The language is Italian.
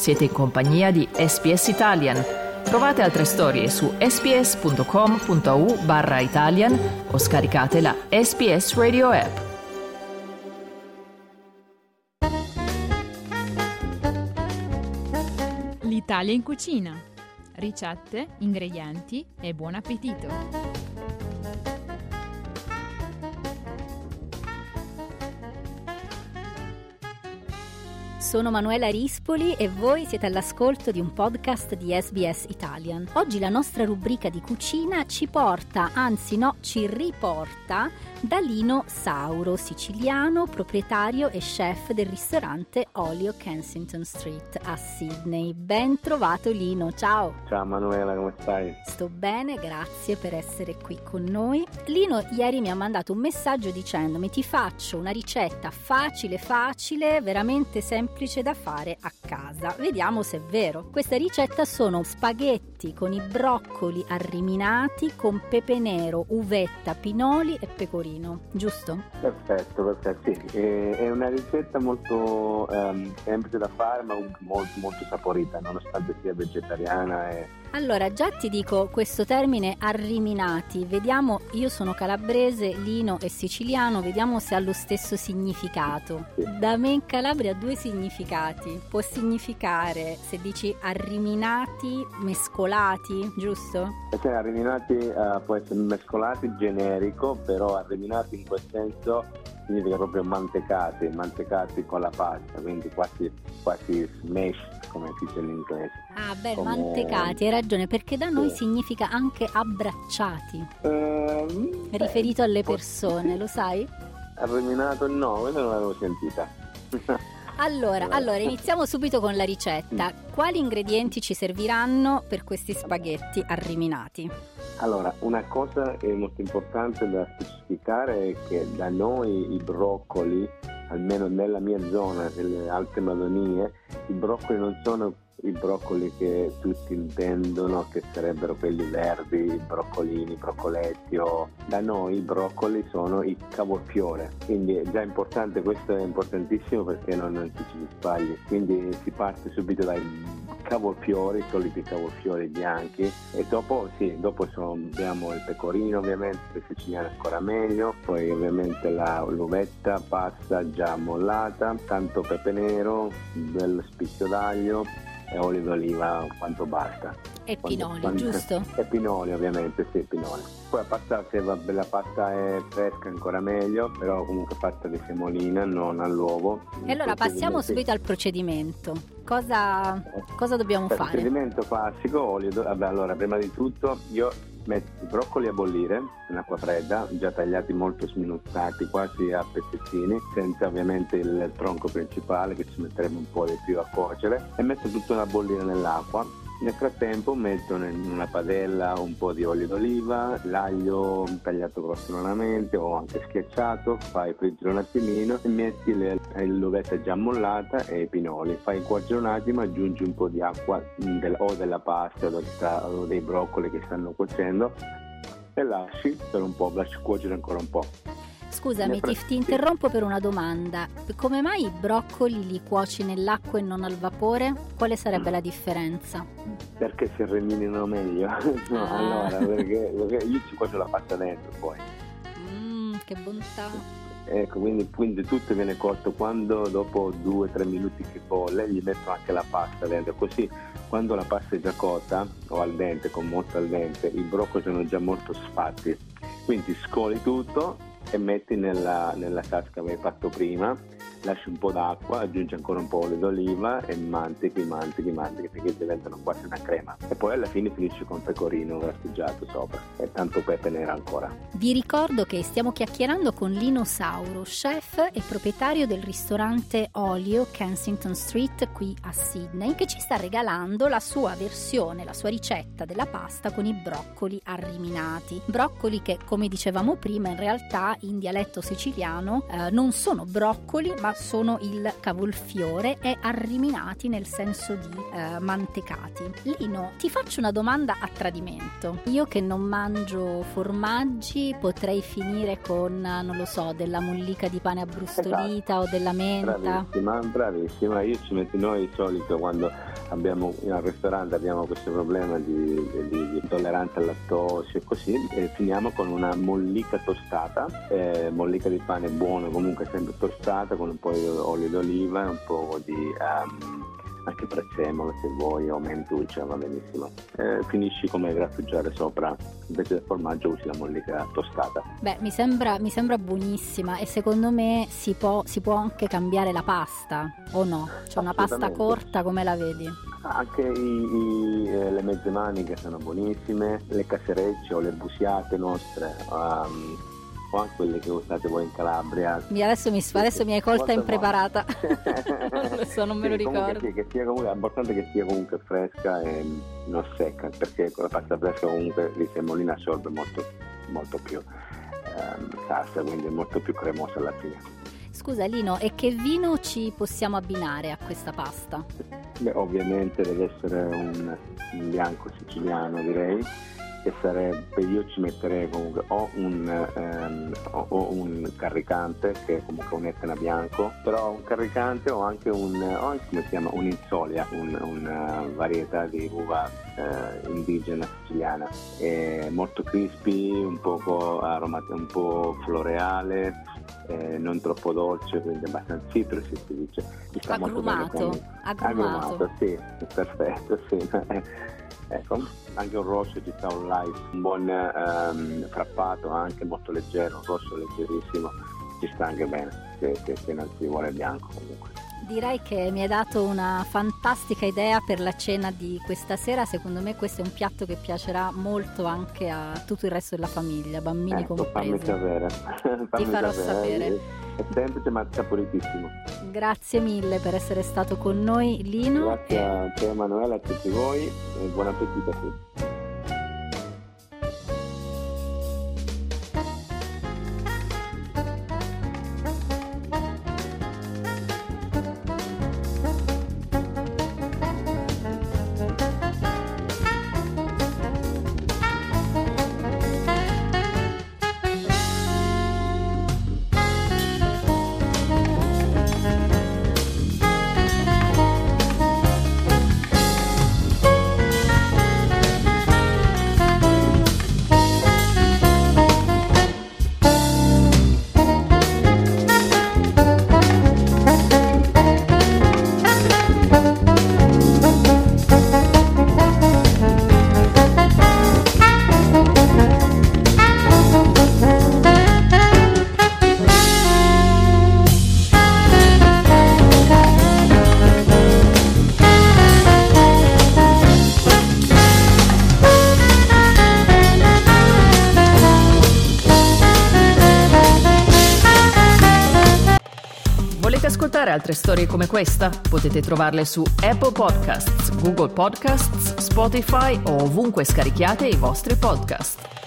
Siete in compagnia di SBS Italian. Trovate altre storie su sbs.com.au/Italian o scaricate la SBS Radio app. L'Italia in cucina. Ricette, ingredienti e buon appetito. Sono Manuela Rispoli e voi siete all'ascolto di un podcast di SBS Italian. Oggi la nostra rubrica di cucina ci riporta da Lino Sauro, siciliano, proprietario e chef del ristorante Olio Kensington Street a Sydney. Ben trovato Lino, ciao! Ciao Manuela, come stai? Sto bene, grazie per essere qui con noi. Lino ieri mi ha mandato un messaggio dicendomi: ti faccio una ricetta facile, veramente semplice da fare a casa. Vediamo se è vero. Questa ricetta sono spaghetti con i broccoli arriminati con pepe nero, uvetta, pinoli e pecorino, giusto? Perfetto, sì. È una ricetta molto semplice da fare, ma molto saporita, nonostante sia vegetariana. Allora, già ti dico questo termine arriminati, vediamo, io sono calabrese, Lino è siciliano, vediamo se ha lo stesso significato. Sì. Da me in Calabria ha due significati, può significare, se dici arriminati, mescolati, giusto? Cioè, arriminati può essere mescolati, generico, però arriminati in quel senso significa proprio mantecati con la pasta, quindi quasi smashed, come si dice in inglese. Ah beh, mantecati, hai ragione, perché da noi significa anche abbracciati, riferito alle persone, lo sai? Arriminato no, questa non l'avevo sentita. Allora, iniziamo subito con la ricetta. Quali ingredienti ci serviranno per questi spaghetti arriminati? Allora, una cosa molto importante da specificare è che da noi i broccoli, almeno nella mia zona, nelle Alte Madonie, i broccoli non sono i broccoli che tutti intendono, che sarebbero quelli verdi, i broccolini, i broccoletti. Da noi i broccoli sono i cavolfiore, quindi è già importante, questo è importantissimo perché non ci sbagli. Quindi si parte subito dai cavolfiori, i soliti cavolfiori bianchi, e dopo abbiamo il pecorino, ovviamente, per siciliano ancora meglio, poi ovviamente l'uvetta, pasta già mollata, tanto pepe nero, un bel spicchio d'aglio e olio d'oliva quanto basta. E pinoli, giusto? E pinoli, ovviamente, sì, pinoli. Poi la pasta, se la pasta è fresca ancora meglio, però comunque fatta di semolina, non all'uovo. E allora passiamo subito al procedimento. Cosa dobbiamo fare? Il procedimento classico, olio. Allora, prima di tutto io metto i broccoli a bollire in acqua fredda, già tagliati molto sminuzzati, quasi a pezzettini, senza ovviamente il tronco principale, che ci metterebbe un po' di più a cuocere, e metto tutto a bollire nell'acqua. Nel frattempo metto in una padella un po' di olio d'oliva, l'aglio tagliato grossolanamente o anche schiacciato, fai friggere un attimino e metti l'uvetta già mollata e i pinoli, fai cuocere un attimo, aggiungi un po' di acqua o della pasta o dei broccoli che stanno cuocendo e lasci per un po', lasci cuocere ancora un po'. Scusami, ti interrompo per una domanda. Come mai i broccoli li cuoci nell'acqua e non al vapore? Quale sarebbe la differenza? Perché si arriminino meglio. No, allora, perché io ci cuocio la pasta dentro poi. Che bontà. Ecco, quindi tutto viene cotto quando dopo 2-3 minuti che bolle gli metto anche la pasta dentro, così quando la pasta è già cotta o al dente, con molto al dente, i broccoli sono già molto sfatti, quindi scoli tutto e metti nella tasca che hai fatto prima, lasci un po' d'acqua, aggiungi ancora un po' olio d'oliva e mantichi perché diventano quasi una crema, e poi alla fine finisci con pecorino grattugiato sopra e tanto pepe nero ancora. Vi ricordo che stiamo chiacchierando con Lino Sauro, chef e proprietario del ristorante Olio Kensington Street qui a Sydney, che ci sta regalando la sua versione, la sua ricetta della pasta con i broccoli arriminati. Broccoli che, come dicevamo prima, in realtà in dialetto siciliano non sono broccoli, ma sono il cavolfiore e arriminati nel senso di mantecati. Lino, ti faccio una domanda a tradimento. Io che non mangio formaggi potrei finire con, non lo so, della mollica di pane abbrustolita, esatto, o della menta. Bravissima. Io ci metto, noi di solito quando abbiamo al ristorante abbiamo questo problema di intolleranza al lattosio e così, e finiamo con una mollica tostata, mollica di pane buono, comunque sempre tostata, con un po' di olio d'oliva, un po' di anche prezzemolo se vuoi, o mentuccia, va benissimo. Finisci come grattugiare sopra, invece del formaggio usi la mollica tostata. Beh, mi sembra buonissima, e secondo me si può anche cambiare la pasta, o no? Cioè una pasta corta, come la vedi? Anche le mezze maniche sono buonissime, le caserecce o le busiate nostre, o anche quelle che usate voi in Calabria. Adesso mi hai colta impreparata. Adesso non me lo ricordo. Che sia comunque, è importante che sia comunque fresca e non secca, perché con la pasta fresca comunque di semolina assorbe molto più salsa, quindi è molto più cremosa alla fine. Scusa Lino, e che vino ci possiamo abbinare a questa pasta? Beh, ovviamente deve essere un bianco siciliano, direi, che sarebbe, io ci metterei comunque o un carricante, che è comunque un Etna bianco, però un carricante o anche un'insolia, una varietà di uva indigena siciliana, è molto crispy, un po' aromato, un po' floreale, non troppo dolce, quindi abbastanza citrus, si dice. Agrumato, sì, perfetto, sì. Ecco, anche un rosso ci sta, un light, un buon frappato, anche molto leggero, un rosso leggerissimo, ci sta anche bene, se non si vuole bianco comunque. Direi che mi hai dato una fantastica idea per la cena di questa sera. Secondo me questo è un piatto che piacerà molto anche a tutto il resto della famiglia, bambini compresi. Fammi sapere. Ti farò sapere. È semplice ma saporitissimo. Grazie mille per essere stato con noi, Lino. Grazie a te Emanuela, a tutti voi, e buon appetito a tutti. Ascoltare altre storie come questa? Potete trovarle su Apple Podcasts, Google Podcasts, Spotify o ovunque scarichiate i vostri podcast.